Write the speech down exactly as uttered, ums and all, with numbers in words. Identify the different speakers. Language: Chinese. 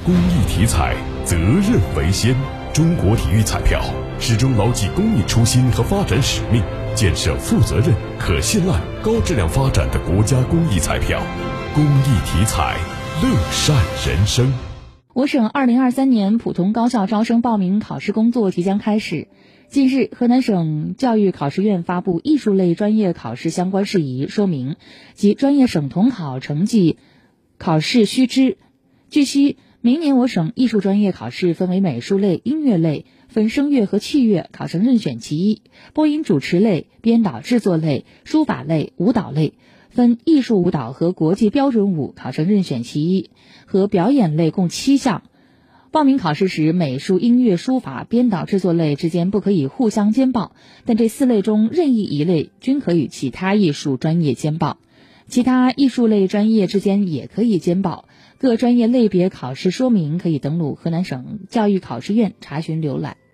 Speaker 1: 公益体彩，责任为先。中国体育彩票始终牢记公益初心和发展使命，建设负责任、可信赖、高质量发展的国家公益彩票。公益体彩，乐善人生。
Speaker 2: 我省二零二三年普通高校招生报名考试工作即将开始。近日，河南省教育考试院发布艺术类专业考试相关事宜说明及专业省统考成绩考试须知。据悉，明年我省艺术专业考试分为美术类、音乐类，分声乐和器乐考生任选其一；播音主持类、编导制作类、书法类、舞蹈类分艺术舞蹈和国际标准舞考生任选其一，和表演类共七项。报名考试时，美术、音乐、书法、编导制作类之间不可以互相兼报，但这四类中任意一类均可与其他艺术专业兼报，其他艺术类专业之间也可以兼报。各专业类别考试说明可以登录河南省教育考试院查询浏览。